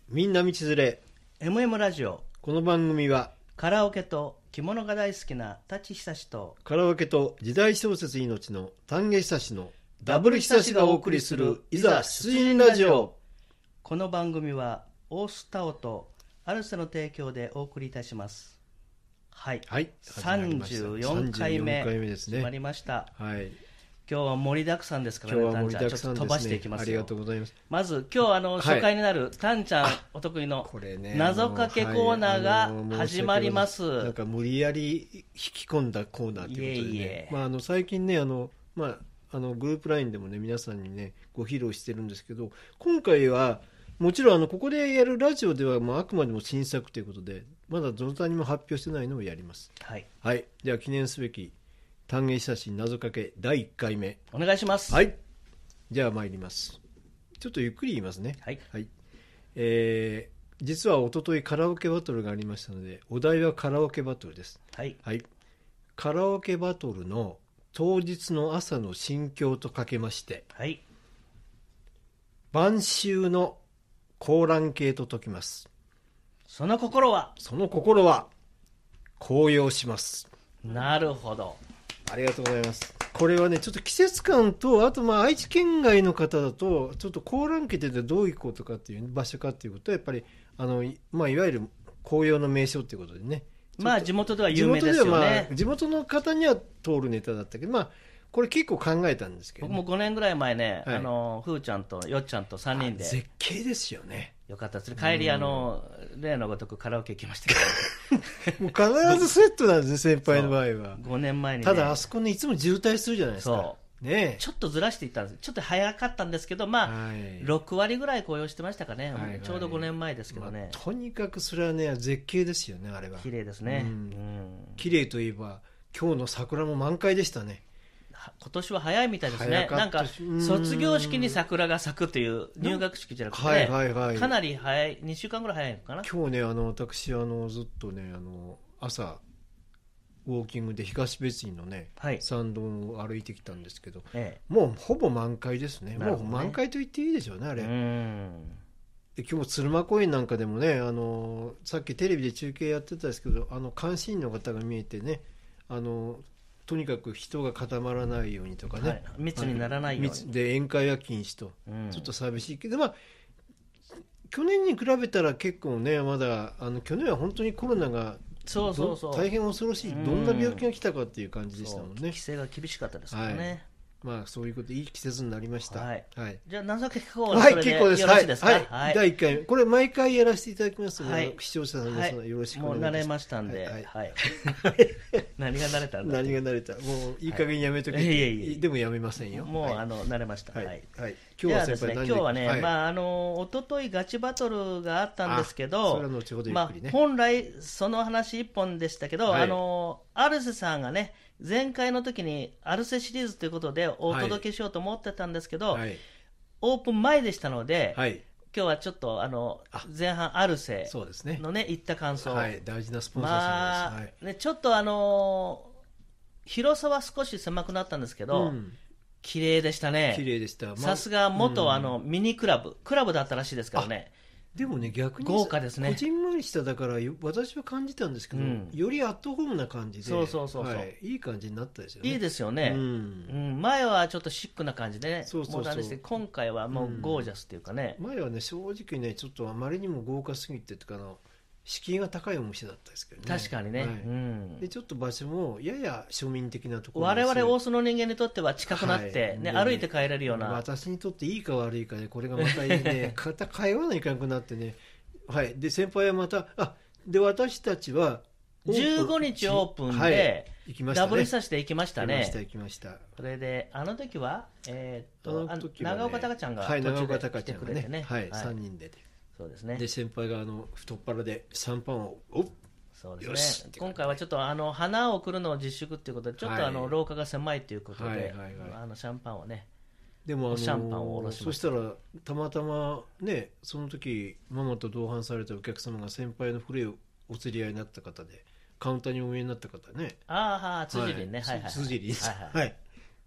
みんな道連れ。 MM ラジオ。 この番組はカラオケと着物が大好きな舘久志とカラオケと時代小説命の丹下久志のダブル久志がお送りするいざ出陣ラジオ。 この番組はオースタオとアルセの提供でお送りいたします。はい、 はい、 34回目ですね。 決まりました。 はい、 今日は盛りだくさんですからね。 今日は盛りだくさんですね。 ちょっと飛ばしていきますよ。 ありがとうございます。 まず今日初回になるタンちゃんお得意の謎かけコーナーが始まります。 なんか無理やり引き込んだコーナーということでね、最近ねグループ LINE でもね皆さんにねご披露してるんですけど、今回はもちろんここでやるラジオではあくまでも新作ということでまだどなたにも発表してないのをやります。 はい、 はい、では記念すべき丹下久志謎かけ第1回目お願いします。 はい、じゃあ参ります。ちょっとゆっくり言いますね。 はい、 はい、実はおとといカラオケバトルがありましたのでお題はカラオケバトルです。 はい、 はい、カラオケバトルの当日の朝の心境とかけまして、 はい、 晩秋の高蘭系と解きます。 その心は高揚します。 なるほど、 ありがとうございます。これはねちょっと季節感とあと愛知県外の方だとちょっと高蘭家ってどういうことかっていう場所かっていうことはやっぱりいわゆる紅葉の名所っていうことでね、 地元では有名ですよね。 地元の方には通るネタだったけどこれ結構考えたんですけど、ね、 僕も5年ぐらい前ね、 はい、 ふーちゃんとよっちゃんと3人で絶景ですよね。 よかったですね。帰り例のごとくカラオケ行きましたけどもう必ずセットなんですね先輩の場合は。 5年前に、ね、 ただあそこねいつも渋滞するじゃないですか。 そうね、 ちょっとずらしていったんです。ちょっと早かったんですけど6割ぐらい紅葉してましたかね、はいはい、ちょうど5年前ですけどね、 とにかくそれはね絶景ですよね。あれは綺麗ですね、 綺麗といえば今日の桜も満開でしたね。 今年は早いみたいですね。なんか卒業式に桜が咲くという入学式じゃなくて、かなり早い、2週間ぐらい早いのかな。 今日ね私ずっとね朝ウォーキングで東別院のね、はい、参道を歩いてきたんですけど、もうほぼ満開ですね。もう満開と言っていいでしょうねあれ。で今日も鶴間公園なんかでもねさっきテレビで中継やってたんですけど監視員の方が見えてねとにかく人が固まらないようにとかね、はい、 密にならないようにで宴会は禁止と、ちょっと寂しいけど去年に比べたら結構ねまだ去年は本当にコロナが大変恐ろしい、どんな病気が来たかっていう感じでしたもんね。 規制が厳しかったですからね、 はい、そういうこといい季節になりました。はいはい、じゃあ謎かけコーナーそれでよろしいですか。 はい、第1回目これ毎回やらせていただきますので、視聴者さん皆さんよろしくお願いします。 もう慣れましたんで、はい何が慣れたんだ。 何が慣れた、もういい加減やめとけ、でもやめませんよ。 もう慣れました。はい、 今日は先輩今日はね、おとといガチバトルがあったんですけど、本来その話1本でしたけど、アルセさんがね前回の時にアルセシリーズということでお届けしようと思ってたんですけど、オープン前でしたので、今日はちょっと前半アルセのね言った感想、 大事なスポンサーさんです。 ちょっと広さは少し狭くなったんですけど、綺麗でしたね。 綺麗でした。 さすが元ミニクラブだったらしいですからね。 でもね逆に豪華ですね。 こじんまりしただから私は感じたんですけど、よりアットホームな感じで、いい感じになったですよね。 いいですよね。前はちょっとシックな感じでね、今回はもうゴージャスっていうかね。 前はね正直ねちょっとあまりにも豪華すぎてとか敷居が高いお店だったんですけどね。 確かにね、 でちょっと場所もやや庶民的なところ我々大須の人間にとっては近くなって、歩いて帰れるような。 私にとっていいか悪いかでこれがまたね会話がいかなくなってね、で先輩はまたで私たちは 15日オープンで、ダブルサシで行きましたね。 行きました。 それで時は長岡貴ちゃんが長岡貴ちゃんがね、3人でそうですね。 で先輩が太っ腹でシャンパンをそうですね。今回はちょっと花を送るのを自粛ということでちょっと廊下が狭いということでシャンパンをね、 でもシャンパンを下ろしました。 そしたらたまたまねその時ママと同伴されたお客様が先輩の古いお釣り合いになった方でカウンターにお見えになった方ね。 辻りね、 辻り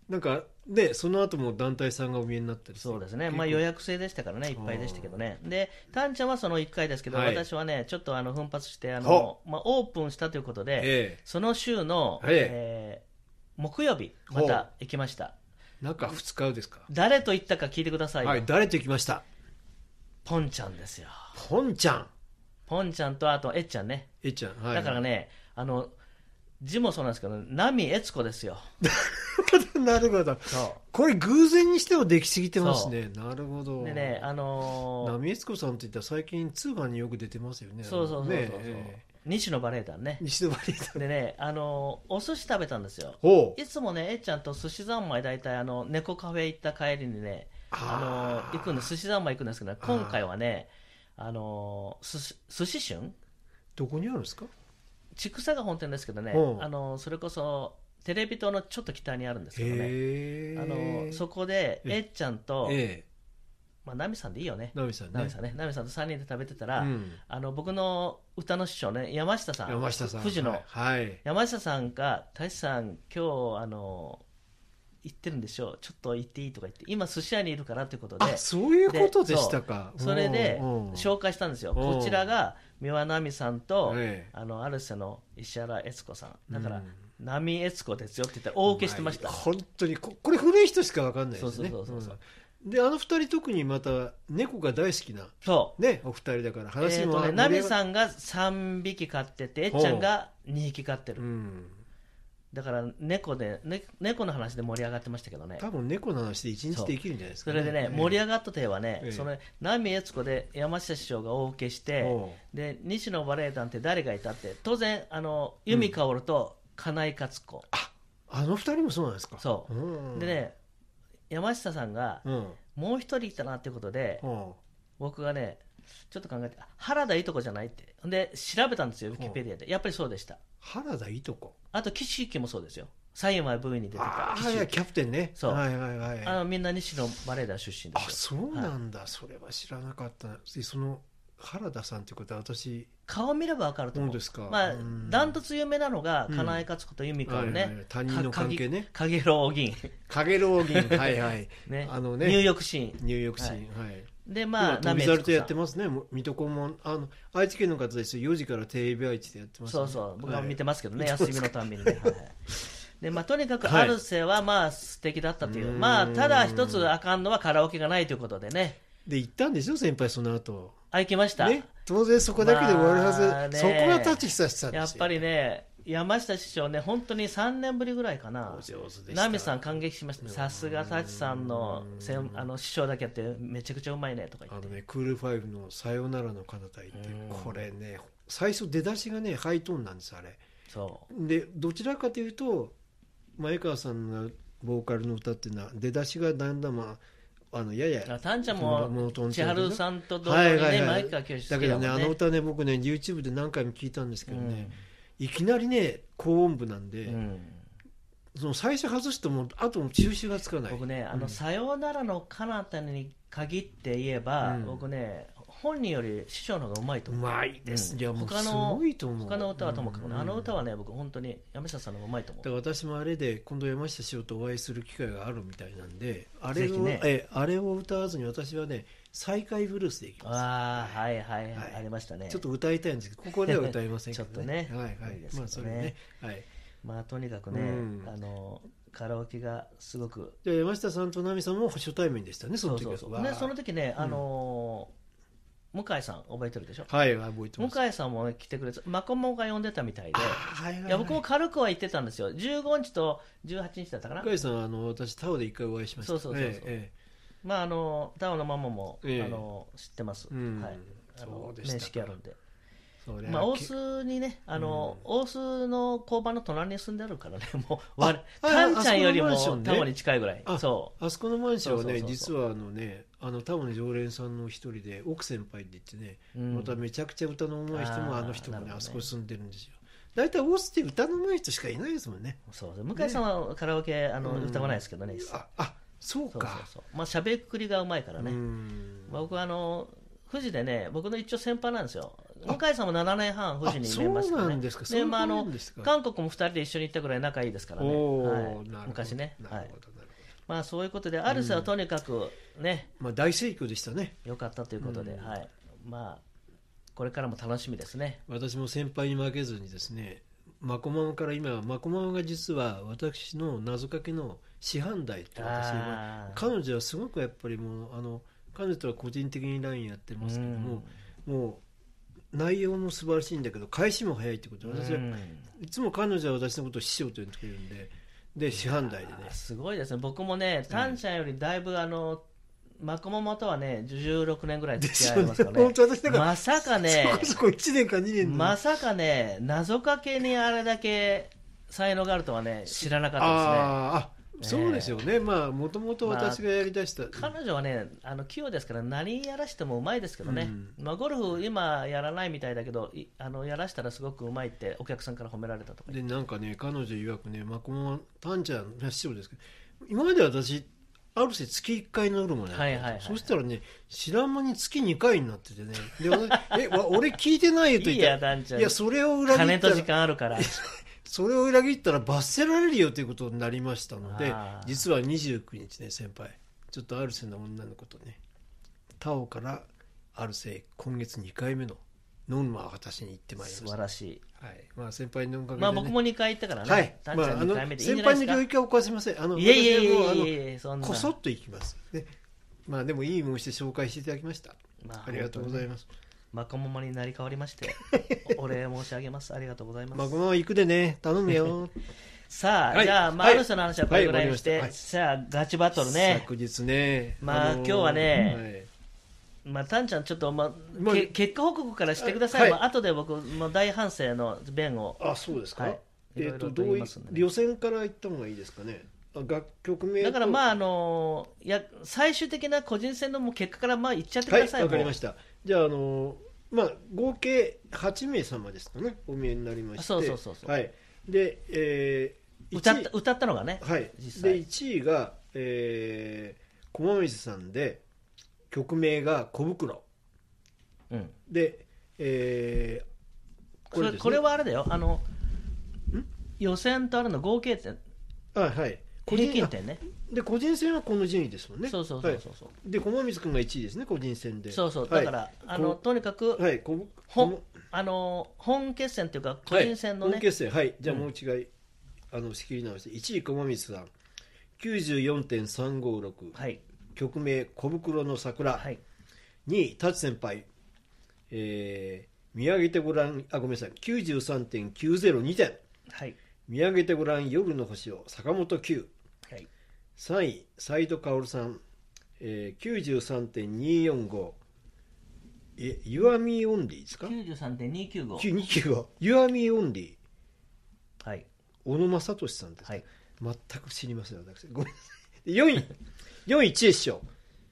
なんかでその後も団体さんがお見えになったりして。 そうですね、まあ、予約制でしたからね、いっぱいでしたけどね。でタンちゃんはその1回ですけど、私はねちょっと奮発してまあ、オープンしたということで、その週の、木曜日また行きました。 中2日ですか。 誰と行ったか聞いてくださいよ。 誰と行きました。 ポンちゃんですよ。 ポンちゃんとあとえっちゃんね。だからね字もそうなんですけど、波悦子ですよ。 なるほど。これ偶然にしてはできすぎてますね。なるほど。 でね、 波悦子さんっていったら最近通販によく出てますよね。 そう西野バレエ団ね。 西野バレエ団でね、お寿司食べたんですよ。いつもねえっちゃんと寿司三昧大体猫カフェ行った帰りにね行くんで寿司三昧行くんですけど、今回はね寿司旬どこにあるんですか。 千種が本店ですけどね、それこそテレビ塔のちょっと北にあるんですけどね、そこでえっちゃんと、まあ、ナミさんでいいよね、ナミさんと3人で食べてたら、僕の歌の師匠ね、山下さん富士の、山下さんが大志さん今日行ってるんでしょう、ちょっと行っていいとか言って、今寿司屋にいるからということで、 そういうことでしたか。 それで紹介したんですよ。こちらが三輪奈美さんと、アルセの石原悦子さんだから、奈美悦子ですよって言ったら大受けしてました。 本当にこれ古い人しか分かんないですね。で2人特にまた猫が大好きなねお二人だから話も奈美さんが3匹飼ってて、えっちゃんが2匹飼ってる。だから猫の話で盛り上がってましたけどね。 多分猫の話で1日できるんじゃないですか、 ね。それでね、盛り上がった手はね、その奈美悦子で山下師匠が大受けして、で西野バレエ団って誰がいたって、当然由美かおると金井勝子、 2人もそうなんですか。 そうでね、山下さんがもう一人いたなっていうことで、僕がねちょっと考えて、原田いとこじゃないって、で調べたんですよ、ウィキペディアで。やっぱりそうでした。 原田いとこ。あと岸木もそうですよ。サイエンは V に出てたキャプテンね。 そう、みんな西野バレエ団出身ですよ。 そうなんだ、それは知らなかった。その原田さんってことは私顔見れば分かると思う。 ですか。 まあダントツ有名なのが金井勝子と由美子のね、 他人の関係ね。 影郎銀ね、 入浴シーン、でまあ旅猿とやってますね。水戸黄門愛知県の方ですよ。4時からテレビ愛知でやってます。 僕は見てますけどね、休みのたんびにね。でとにかくアルセはまあ素敵だったという、まあただ一つあかんのはカラオケがないということでね。 で行ったんでしょ先輩、その後。 行きました、 当然そこだけで終わるはず、そこが立ち久さんですよ。 やっぱりね山下師匠ね、本当に3年ぶりぐらいかな。奈美さん感激しました。さすが舘さんの師匠だけあってめちゃくちゃうまいねとか言って。 クールファイブのさよならの彼方って、これね最初出だしがねハイトーンなんです。あれでどちらかというと前川さんがボーカルの歌っていうのは出だしがだんだんややタンちゃんも千春さんと同様にね、前川清好きだもんね。 だけどね歌ね僕ね YouTube で何回も聞いたんですけどね、いきなりね高音部なんで、その最初外してもあとも収集がつかない。 僕ねさよならの彼方に限って言えば、僕ね本人より師匠の方がうまいと思う。 うまいです。いやもうすごいと思う。 他の歌はともかくね、歌はね僕本当に山下さんの方がうまいと思う。 だから私もあれで今度山下師匠とお会いする機会があるみたいなんで、あれを歌わずに私はね再会ブルースでいきます。 ありましたね。 ちょっと歌いたいんですけどここでは歌いませんけどね。 ちょっとね、 まあそれね、 まあとにかくね、カラオケがすごく。 じゃあ山下さんと奈美さんも初対面でしたね、その時は。 その時ね、向井さん覚えてるでしょ。 はい覚えてます。 向井さんも来てくれて、マコモが呼んでたみたいで、いや僕も軽くは言ってたんですよ。15日と18日だったかな。 向井さん私タオで一回お会いしました。 まあタオのママも知ってます。面識あるんで。まあ大須にね大須の交番の隣に住んであるからね、もうタンちゃんよりもタオに近いぐらい。 あそこのマンションはね実はタオの常連さんの一人で奥先輩って言ってね、まためちゃくちゃ歌の上手い人も人もねあそこ住んでるんですよ。大体大須って歌の上手い人しかいないですもんね。 そう向井さんはカラオケ歌わないですけどね。 そうか。 まあしゃべくりがうまいからね。僕富士でね僕の一応先輩なんですよ。向井さんも7年半富士にいましたね。で韓国も2人で一緒に行ったぐらい仲いいですからね。昔ね。 なるほど。 まあそういうことでアルセはとにかくね、 まあ、大盛況でしたね。 よかったということで、はい、まあこれからも楽しみですね。 私も先輩に負けずにですね、マコママから今マコママが実は私の謎かけの師範代って私は、彼女はすごくやっぱりもう彼女とは個人的に LINE やってますけども、もう内容も素晴らしいんだけど返しも早いってことで、私はいつも彼女は私のことを師匠と呼んでくれるんで師範代でね、 すごいですね。僕もね、タンちゃんよりだいぶマコモモとはね16年ぐらい付き合いますからね。本当私だからまさかね、 そこ1年か2年まさかね、謎かけにあれだけ才能があるとはね知らなかったですね。 そうですよね。まあもともと私がやりだした、 彼女はね器用ですから何やらしてもうまいですけどね、まあ、ゴルフ今やらないみたいだけどやらしたらすごくうまいってお客さんから褒められたとかで、なんかね彼女曰くね、マコモマタンちゃんの師匠ですけど、今まで私ある種月1回乗るもんね、そしたらね知らん間に月2回になっててね、で俺聞いてないよと言ったら、いやそれを裏切ったら金と時間あるからそれを裏切ったら罰せられるよということになりましたので、実は29日ね、先輩ちょっとアルセの女の子とね、タオからアルセ今月2回目のノルマを私に行ってまいりました。 素晴らしい、 はい、まあ先輩のおかげで、ね、 まあ僕も2回行ったからね、 はい、 タンちゃん2回目でいいんじゃないですか。 先輩の領域はおかせません。 いえこそっと行きます。で、まあでもいいもんして紹介していただきました。ありがとうございます。 マコモマになり変わりましてお礼申し上げます。ありがとうございます。 マコモマ行くでね、頼むよさあ、じゃあ、アルセの話はこれぐらいにして、さあガチバトルね。 昨日ね、 まあ今日はね、まあ、タンちゃんちょっと、結果報告からしてください。後で僕大反省の弁を。 そうですか。どういう予選から言った方がいいですかね。楽曲名だからまあ最終的な個人戦の結果から言っちゃってください。 わかりました。じゃあまあ合計8名様ですかね、お見えになりまして、 そうはい。で、 歌ったのがね、 はい。で1位が駒水さんで、曲名が小袋、で、 これはあれだよ、予選とあるの合計点、平均点ね。 で個人戦はこの順位ですもんね。 そうで駒水君が1位ですね、個人戦で。 だからとにかく本決戦というか個人戦のね、 本決戦、じゃあもう一回仕切り直して、1位駒水さん 94.356、曲名小袋の桜、2位舘先輩、見上げてごらん、ごめんなさい、93.902 点、見上げてごらん夜の星を坂本九、3位斉藤薫さん、93.245、ユアミーオンリーですか。 93.295 ユアミーオンリー、 小野正俊さんです、全く知りません私、ごめんなさい。4位知恵師匠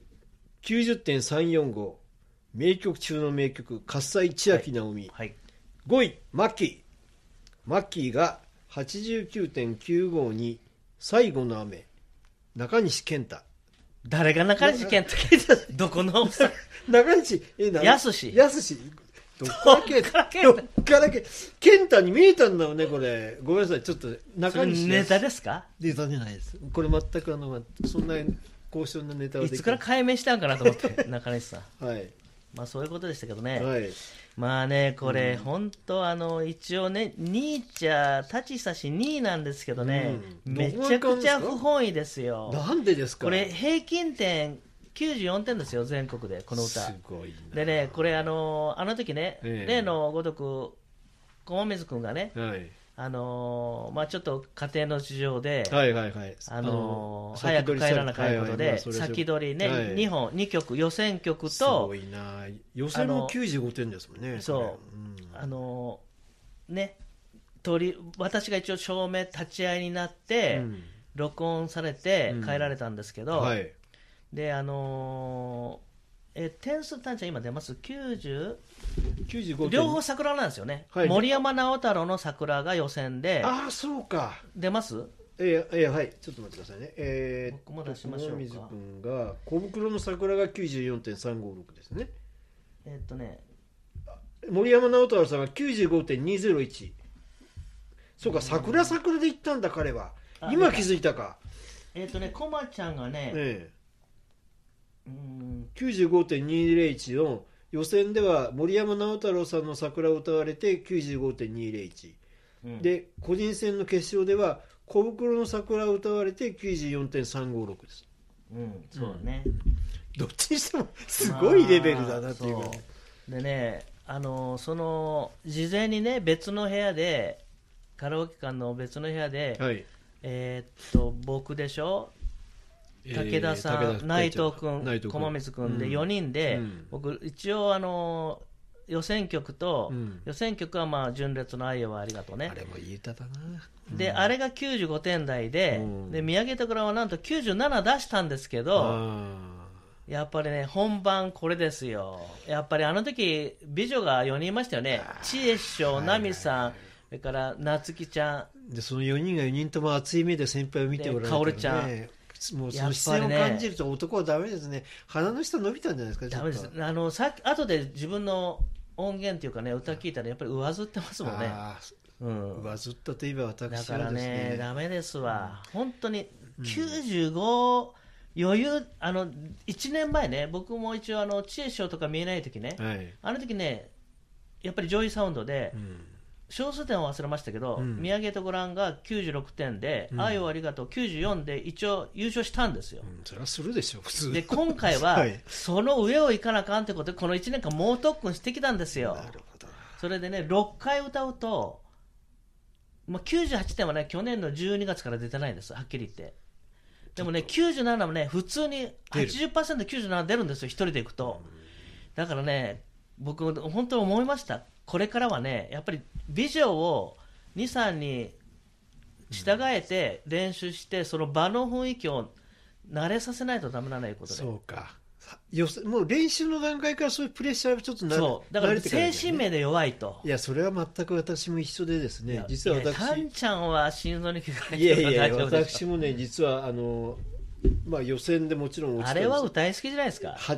90.345、名曲中の名曲喝采千秋直美、5位マッキーが 89.952、最後の雨中西健太。 誰が中西健太どこの中西やすしどっから健太に見えたんだよね、これ。ごめんなさい、ちょっと中西ネタですか。 ネタじゃないです。これ全くそんな高尚なネタはできない。 いつから解明したんかなと思って中西さんまあそういうことでしたけどね、まあね、これ本当一応ね、ニーチャー立ち差し2位なんですけどね、めちゃくちゃ不本意ですよ。 なんでですか。 これ平均点94点ですよ、全国でこの歌。 すごいな。 でね、これあの時ね、例のごとく駒水君がね、まあちょっと家庭の事情で、早く帰らなかったことで、先取りね、2曲、予選曲と、 すごいな、予選も95点ですもんね。 ね、私が一応照明立ち会いになって、録音されて帰られたんですけど、で点数単価今出ます。95両方桜なんですよね、森山直太朗の桜が予選で。 そうか、 出ます。 はい、ちょっと待ってくださいね。 僕も出しましょうか。 水君が小袋の桜が 94.356 ですね。森山直太朗さんが 95.201。そうか、桜で行ったんだ彼は。今気づいたか。 コマちゃんがね、 95.201 の予選では森山直太朗さんの桜を歌われて 95.201、で個人戦の決勝では小袋の桜を歌われて 94.356 です。 そうだね、 どっちにしてもすごいレベルだなっていう、 でね、その事前にね別の部屋でカラオケ館の別の部屋で、はい、僕でしょ、武田さん、内藤君、駒光君で4人で、僕一応予選曲と、予選曲はまあ純烈の愛はありがとうね、 あれもいい歌だな、 であれが95点台で、で宮城ところはなんと97出したんですけど、やっぱりね本番これですよ。やっぱりあの時美女が4人いましたよね。千恵師匠、奈美さん、それから夏希ちゃんで、その4人が4人とも熱い目で先輩を見ておられたからね、薫ちゃん、 もうその視線を感じると男はダメですね。鼻の下伸びたんじゃないですか。 ダメです。さっき後で自分の音源っていうかね歌聞いたらやっぱり上ずってますもんね。 上ずったといえば私はですね。 だからねダメですわ、本当に95、余裕1年前ね、僕も一応知恵賞とか見えない時ね、あの時ねやっぱり上位サウンドで、小数点は忘れましたけど、宮城とご覧が96点で、愛をありがとう94で一応優勝したんですよ。 それはするでしょ普通で今回は、その上を行かなあかんってことでこの1年間猛特訓してきたんですよ。 なるほど。 それでね6回歌うと、98点はね去年の12月から出てないんです、はっきり言って。でもね97もね普通に 80%97 出るんですよ、一人で行くと。だからね僕本当に思いました。これからはねやっぱり美女を 2,3 に従えて練習して、その場の雰囲気を慣れさせないとダメだなということで。 そうか、もう練習の段階からそういうプレッシャーがちょっとそうだから精神面で弱いと。 いやそれは全く私も一緒でですね、実は私タンちゃんは心臓に効かない。 いやいや私もね実は予選でもちろん落ちたんです。 あれは歌い好きじゃないですか。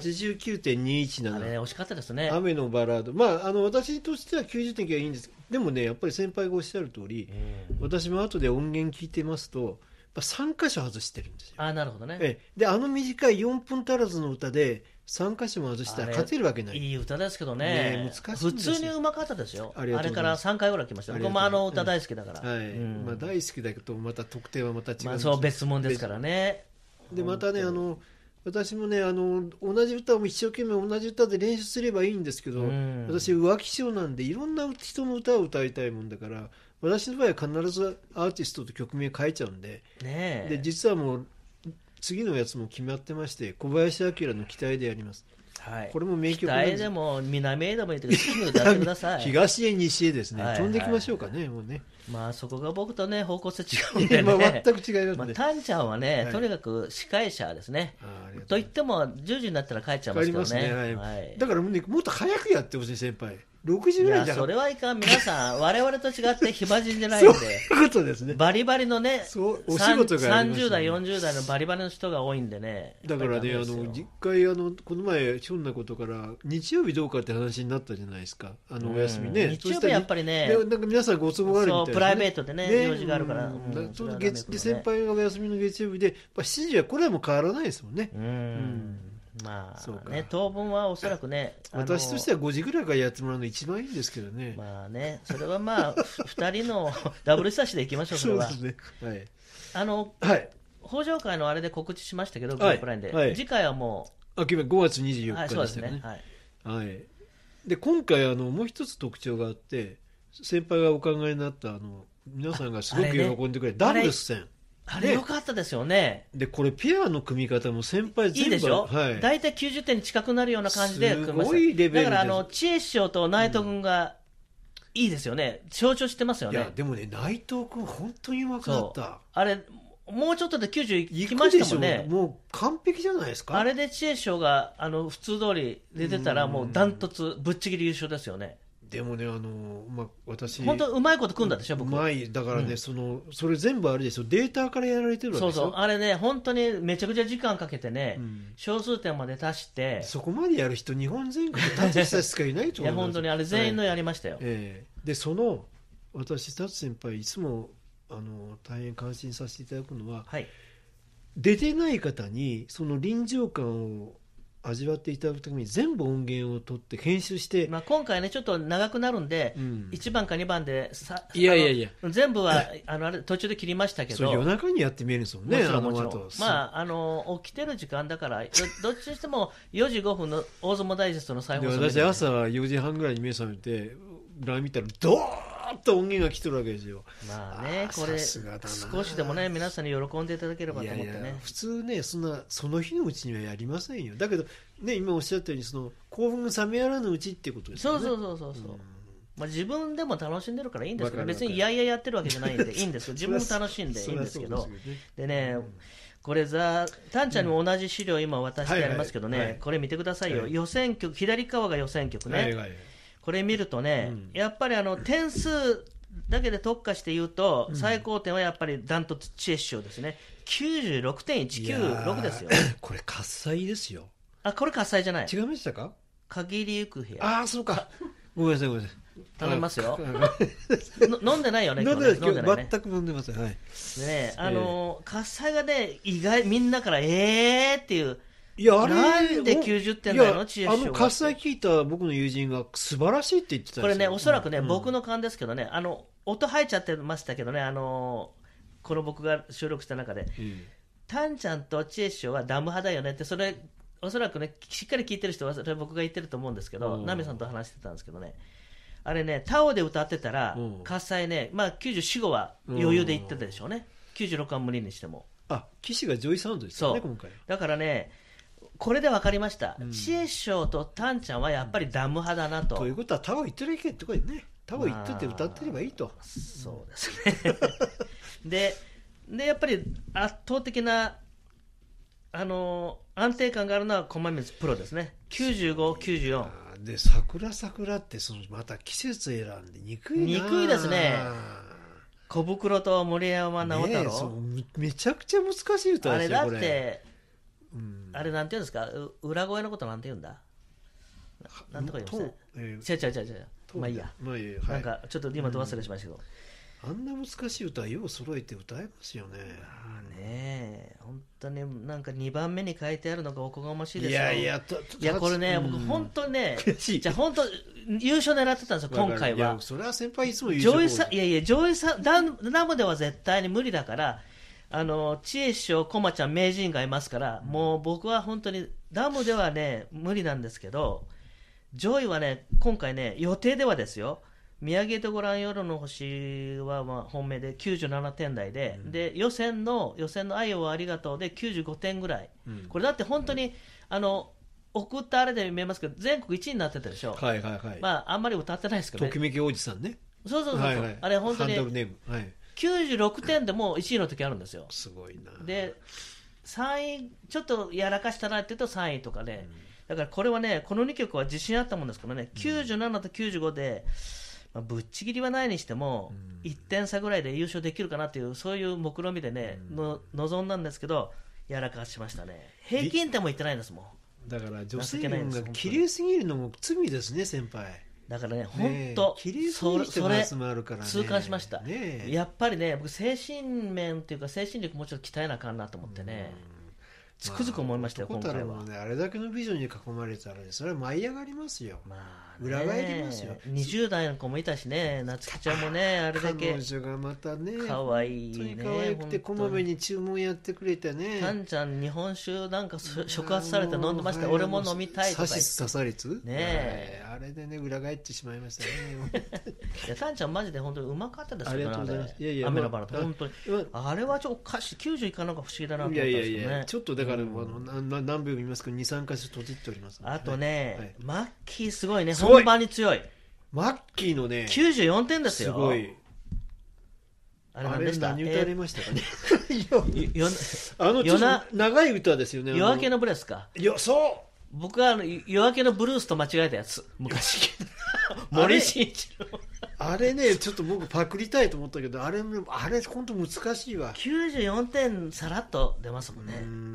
89.217、 あれ、ね、惜しかったですね。 雨のバラード、私としては90点がいいんです。でもねやっぱり先輩がおっしゃる通り、私も後で音源聞いてますと3箇所外してるんですよ。 なるほどね。 で短い4分足らずの歌で3箇所も外したら勝てるわけない。 いい歌ですけど ね、 難しいんですよ。 普通にうまかったですよ。あれから3回ぐらい来ました。僕も歌大好きだから、 大好きだけどまた得点はまた違うんです。 そう別物ですからね。 でまたね私もね同じ歌を一生懸命同じ歌で練習すればいいんですけど、私浮気性なんでいろんな人の歌を歌いたいもんだから、私の場合は必ずアーティストと曲名変えちゃうんで、で実はもう次のやつも決まってまして、小林明の期待でやります。これも名曲なんです。 期待でも南へでもいいけど好きに歌ってください。 東へ西へですね、飛んでいきましょうかね。もうねそこが僕とね方向性違うんでね全く違いますね。 タンちゃんはね、とにかく司会者ですね。と言っても10時になったら帰っちゃいますけどね。 だからもっと早くやってほしい。先輩6時ぐらいじゃん。 それはいかん。皆さん我々と違って暇人じゃないんでそういうことですね。 バリバリのねお仕事がありますね。 30代40代のバリバリの人が多いんでね。 だからね実回この前ひょんなことから日曜日どうかって話になったじゃないですか。お休みね。 日曜日やっぱりねなんか皆さんご都合があるみたいですね。 プライベートでね用事があるから。 先輩がお休みの月曜日で7時はこれはもう変わらないですもんね。 当分はおそらくね私としては5時ぐらいからやってもらうの一番いいんですけどね。 それは2人のダブル差しでいきましょう。それはそうですね。 北条会のあれで告知しましたけど、グループラインで次回はもう 5月24日でしたよね。で今回もう一つ特徴があって、先輩がお考えになった皆さんがすごく喜んでくれたダブルス戦、 あれ良かったですよね。 でこれペアの組み方も先輩全部いいでしょ。大体90点に近くなるような感じで組みました。 すごいレベルです。 だから知恵師匠と内藤君がいいですよね。象徴してますよね。 いやでもね内藤君本当にうまくなった。 あれもうちょっとで90いきましたもんね。 もう完璧じゃないですか。 あれで知恵師匠が普通通り出てたらもうダントツぶっちぎり優勝ですよね。 でもね私本当うまいこと組んだでしょ。僕うまいだからね、それ全部あれですよ、データからやられてるわけですよ。 あれね本当にめちゃくちゃ時間かけてね、小数点まで足して、 そこまでやる人日本全国で達久しかいないと思うんですよ。いや本当にあれ全員のやりましたよ。 で私達先輩いつも大変感心させていただくのは、 出てない方にその臨場感を味わっていただくために全部音源を取って編集して、 今回ねちょっと長くなるんで、1番か2番でいや全部はあれ途中で切りましたけど、 夜中にやってみるんですもんね。 もちろん起きてる時間だからどっちにしても4時5分の大相撲ダイジェストの再放送で、 私朝4時半ぐらいに目覚めてLINE見たらドーッと音源が来てるわけですよ。 これ少しでもね皆さんに喜んでいただければと思ってね。 普通ねその日のうちにはやりませんよ。だけどね今おっしゃったようにその興奮が冷めやらぬうちっていうことですよね。 そう自分でも楽しんでるからいいんですけど、別にいやいややってるわけじゃないんでいいんですけど、自分も楽しんでいいんですけど、でね、これタンちゃんにも同じ資料今渡してありますけどね、これ見てくださいよ。予選曲、左側が予選曲ね。これ見るとね、やっぱり点数だけで特化して言うと、最高点はやっぱりダントツ知恵師匠ですね。96.196 ですよ。 これ喝采ですよ。 これ喝采じゃない。 違いましたか？ 限りゆく部屋。 そうか。ごめんなさい。 頼みますよ。飲んでないよね。 飲んでないね。全く飲んでません。はい。 ね喝采がね意外みんなからっていう。なんで90点なの？知恵師匠が。 喝采聞いた僕の友人が素晴らしいって言ってたんですよ。 これねおそらくね、僕の勘ですけどね、音入っちゃってましたけどね、この僕が収録した中で、タンちゃんと知恵師匠はダム派だよねって、それおそらくねしっかり聞いてる人はそれ僕が言ってると思うんですけど、ナミさんと話してたんですけどね、あれねタオで歌ってたら喝采ね、94、5は余裕で言ってたでしょうね。96は無理にしても。 岸がジョイサウンドですよね今回。 だからねこれで分かりました、知恵師匠とタンちゃんはやっぱりダム派だなと。 ということはタオ行ってるいけってことでね、タオ行ってて歌ってればいいと。 そうですねでやっぱり圧倒的な安定感があるのは駒水プロですね。95、94 で桜ってまた季節選んで憎いですね。小袋と森山直太朗、 めちゃくちゃ難しい歌ですよ。 あれだってあれなんていうんですか、裏声のことなんて言うんだ、なんとか言いましたね。違うまあいいや、なんかちょっと今ど忘れしましたけど、 あんな難しい歌はよう揃えて歌えますよね。 本当になんか2番目に書いてあるのがおこがましいですよ。 いやこれね僕本当ねじゃあ本当優勝狙ってたんですよ今回は。 それは先輩いつも優勝。 上位さダムでは絶対に無理だから、知恵師匠、駒ちゃん、名人がいますから、もう僕は本当にダムではね無理なんですけど、上位はね今回ね予定ではですよ、見上げてごらん夜の星は本命で97点台で、で予選の愛をありがとうで95点ぐらい、これだって本当に送ったあれで見えますけど全国1位になってたでしょ。あんまり歌ってないですけどね。 ときめきおじさんね。 そう、あれ本当に96点でも1位の時あるんですよ。 すごいな。で 3位ちょっとやらかしたなって言うと3位とかで、だからこれはねこの2曲は自信あったもんですからね、97と95で、ぶっちぎりはないにしても1点差ぐらいで優勝できるかなっていう、そういう目論見でね望んだんですけどやらかしましたね。平均点もいってないんですもん。 だから女性軍が綺麗すぎるのも罪ですね先輩。 だからね本当それ痛感しました。やっぱりね僕精神面っていうか精神力もうちょっと鍛えなあかんなと思ってね、つくづく思いましたよ今回は。 あれだけのビジョンに囲まれたらそれは舞い上がりますよ。裏返りますよ。 20代の子もいたしね、夏希ちゃんもねあれだけ彼女がまたね可愛いね、 本当に可愛くてこまめに注文やってくれてね。 タンちゃん日本酒なんか触発されて飲んでました。俺も飲みたいとか刺し刺されつね、あれでね裏返ってしまいましたねいやタンちゃんマジで本当にうまかったですよ。 ありがとうございます。 アメラバラと本当にあれはちょっとおかしい、90いかなんか不思議だなと思ったんですけどね。 ちょっとだから何秒見ますか、2、3回閉じております。 あとね、マッキーすごいね、本番に強い。 マッキーのね 94点ですよ。 すごい。 あれ何でした？ 何歌われましたかねちょっと長い歌ですよね。 夜明けのブレスか。 そう僕は夜明けのブルースと間違えたやつ昔森進一郎あれねちょっと僕パクりたいと思ったけど、あれ本当難しいわ。 94点さらっと出ますもんね。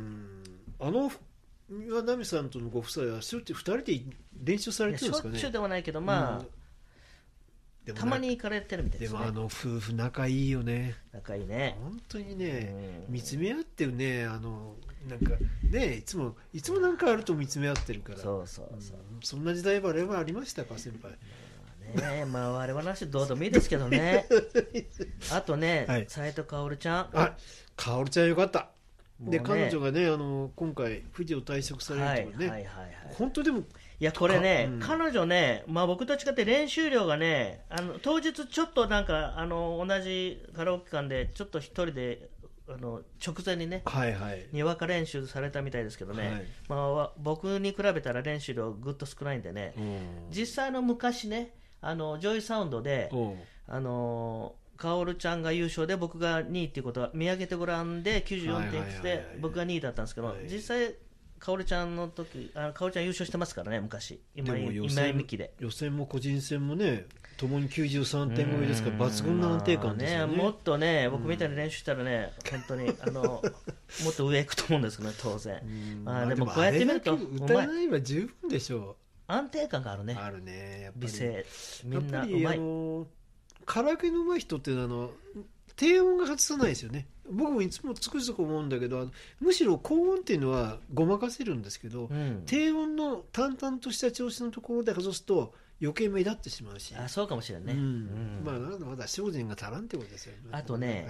岩波さんとのご夫妻はしょっちゅう2人で練習されてるんですかね。 しょっちゅうではないけどたまに行かれてるみたいですね。 でも夫婦仲いいよね。 仲いいね。 本当にね、見つめ合ってるね。なんかね、いつもなんかあると見つめ合ってるから。 そう、 そんな時代はありましたか、先輩。 我々の話どうでもいいですけどね。あとね、斉藤薫ちゃん。 薫ちゃんよかった。で、彼女がね、今回富士を退職されるとね、本当でも、 いやこれね、彼女ね、僕と違って練習量がね、当日ちょっとなんか同じカラオケ館でちょっと一人で直前にね、にわか練習されたみたいですけどね、僕に比べたら練習量ぐっと少ないんでね、実際昔ね、ジョイサウンドで薫ちゃんが優勝で僕が2位っていうことは見上げてごらんで94点で僕が2位だったんですけど、実際薫ちゃんの時薫ちゃん優勝してますからね、昔今井美樹で。 予選も個人戦もねともに93点超えですから抜群の安定感ですよね。 もっとね、僕みたいに練習したらね、本当にもっと上行くと思うんですけどね、当然。でもこうやって見ると歌えないは十分でしょう。 安定感があるね。 あるね、やっぱり美声みんなうまい。 カラオケの上手い人って低音が外さないですよね。僕もいつもつくづく思うんだけど、むしろ高音っていうのはごまかせるんですけど、低音の淡々とした調子のところで外すと余計目立ってしまうし。 そうかもしれないね。 まだ精進が足らんってことですよね。 あとね、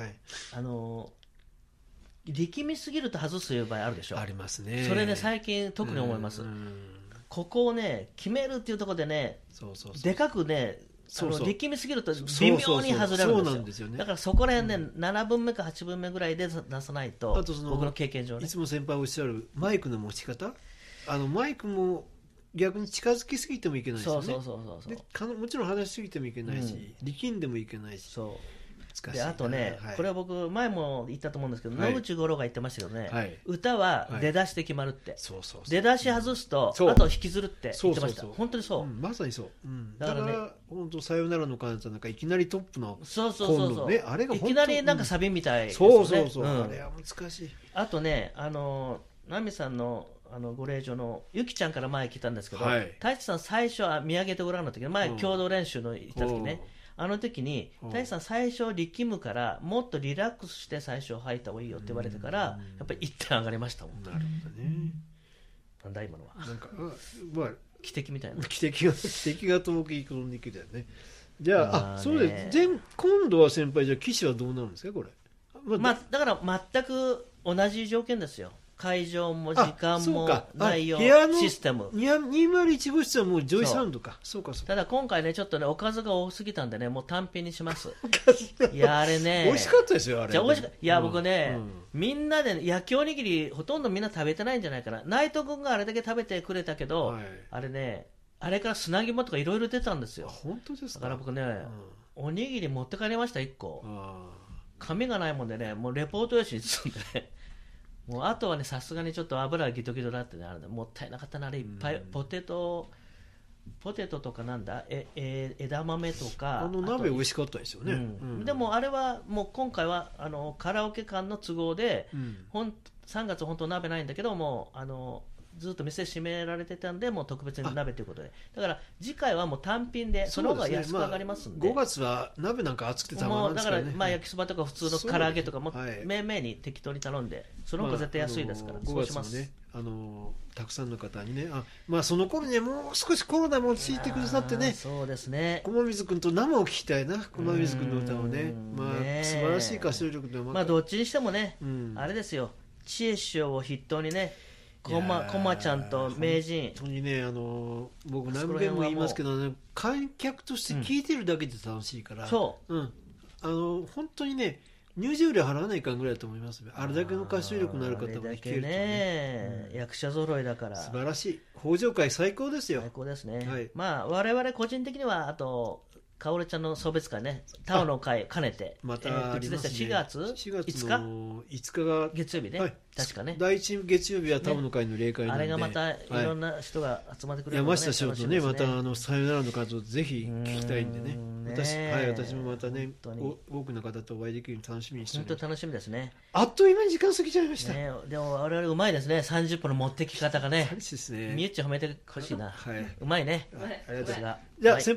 力みすぎると外すという場合あるでしょ。 ありますね。 それね、最近特に思います。ここをね決めるっていうところでね、でかくね、力みすぎると微妙に外れるんですよ。だからそこら辺ね、7分目か8分目ぐらいで出さないと、僕の経験上ね。 いつも先輩おっしゃるマイクの持ち方、マイクも逆に近づきすぎてもいけないですよね。もちろん話しすぎてもいけないし、力んでもいけないし。 であとね、これは僕前も言ったと思うんですけど、野口五郎が言ってましたけどね、歌は出だしで決まるって。出だし外すとあと引きずるって言ってました。本当にそう。 まさにそう。だから本当さよならの彼方なんかいきなりトップの今度ね、あれがいきなりなんかサビみたいですよね。あれは難しい。 あとね、ナミさんのご令嬢のゆきちゃんから前聞いたんですけど、太一さん最初は見上げてごらんの時、前共同練習の行った時ね、あの時に太一さん最初力むからもっとリラックスして最初入った方がいいよって言われてから、やっぱり1点上がりましたもん。 なるほどね。 なんだ今のは。 なんか汽笛みたいな。 汽笛が遠く行くのにだよね。じゃあそうです。今度は先輩、じゃあ騎士はどうなるんですかこれ。 だから全く同じ条件ですよ。会場も時間も内容システム。 201号室はもうジョイサウンドか。 ただ今回ね、ちょっとねおかずが多すぎたんでね、もう単品にします。いやあれね、 美味しかったですよあれ。 いや僕ね、みんなで焼きおにぎりほとんどみんな食べてないんじゃないかな。内藤君があれだけ食べてくれたけど、あれね、あれから砂肝とかいろいろ出たんですよ。 本当ですか。 だから僕ね、おにぎり持って帰りました1個。紙がないもんでね、もうレポート用紙に包んでね。もうあとはね、さすがにちょっと油ギトギトだってね、あれもったいなかったな、あれいっぱい、ポテトとかなんだ、枝豆とか。 鍋美味しかったですよね。 でもあれはもう今回はカラオケ館の都合で、3月本当鍋ないんだけども、ずっと店閉められてたんで、もう特別に鍋ということで、だから次回はもう単品で、その方が安く上がりますんで、 5月は鍋なんか熱くてたまらんですからね。 だから焼きそばとか普通の唐揚げとかもめいめいに適当に頼んで、その方が絶対安いですから、そうします。 たくさんの方にね、その頃にもう少しコロナも落ち着いてくださってね、 そうですね、 駒水君と生を聴きたいな、駒水君の歌をね、素晴らしい歌唱力で、 どっちにしてもね、あれですよ、知恵師匠を筆頭にね、コマちゃんと名人、 本当にね、僕何遍も言いますけど、観客として聴いてるだけで楽しいから、本当にね、入場料払わないかんぐらいだと思います。あれだけの歌唱力のある方が聴けるとね、 役者揃いだから素晴らしい。北条会最高ですよ。 最高ですね。我々個人的にはあと薫ちゃんの送別会ね、タオの会兼ねて、 またありますね。 4月の5日が月曜日ね、確かね。 第一月曜日はタオの会の例会なんで、 あれがまたいろんな人が集まってくれる山下師匠とね、またさよならの方をぜひ聞きたいんでね、私もまたね、多くの方とお会いできるの楽しみにしております。 本当楽しみですね。 あっという間に時間過ぎちゃいました。 でも我々うまいですね、30分の持ってき方がね。 みゆっち褒めてほしいな。うまいね。 じゃあ先輩、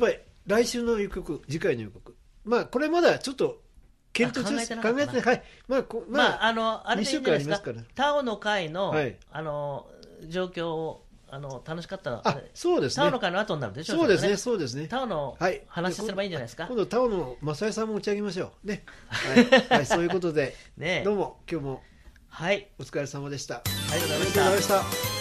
来週の予告、次回の予告、まあこれまだちょっと検討中です。考えてない。はい。 あれでいいんじゃないですか。タオの会の、状況を楽しかったの。 そうですね。 タオの会の後になるでしょう。 そうですね。そうですね。 タオの話すればいいんじゃないですか。 今度タオの正江さんも打ち上げましょうね。はい。そういうことで、どうも今日もお疲れ様でした。ありがとうございました。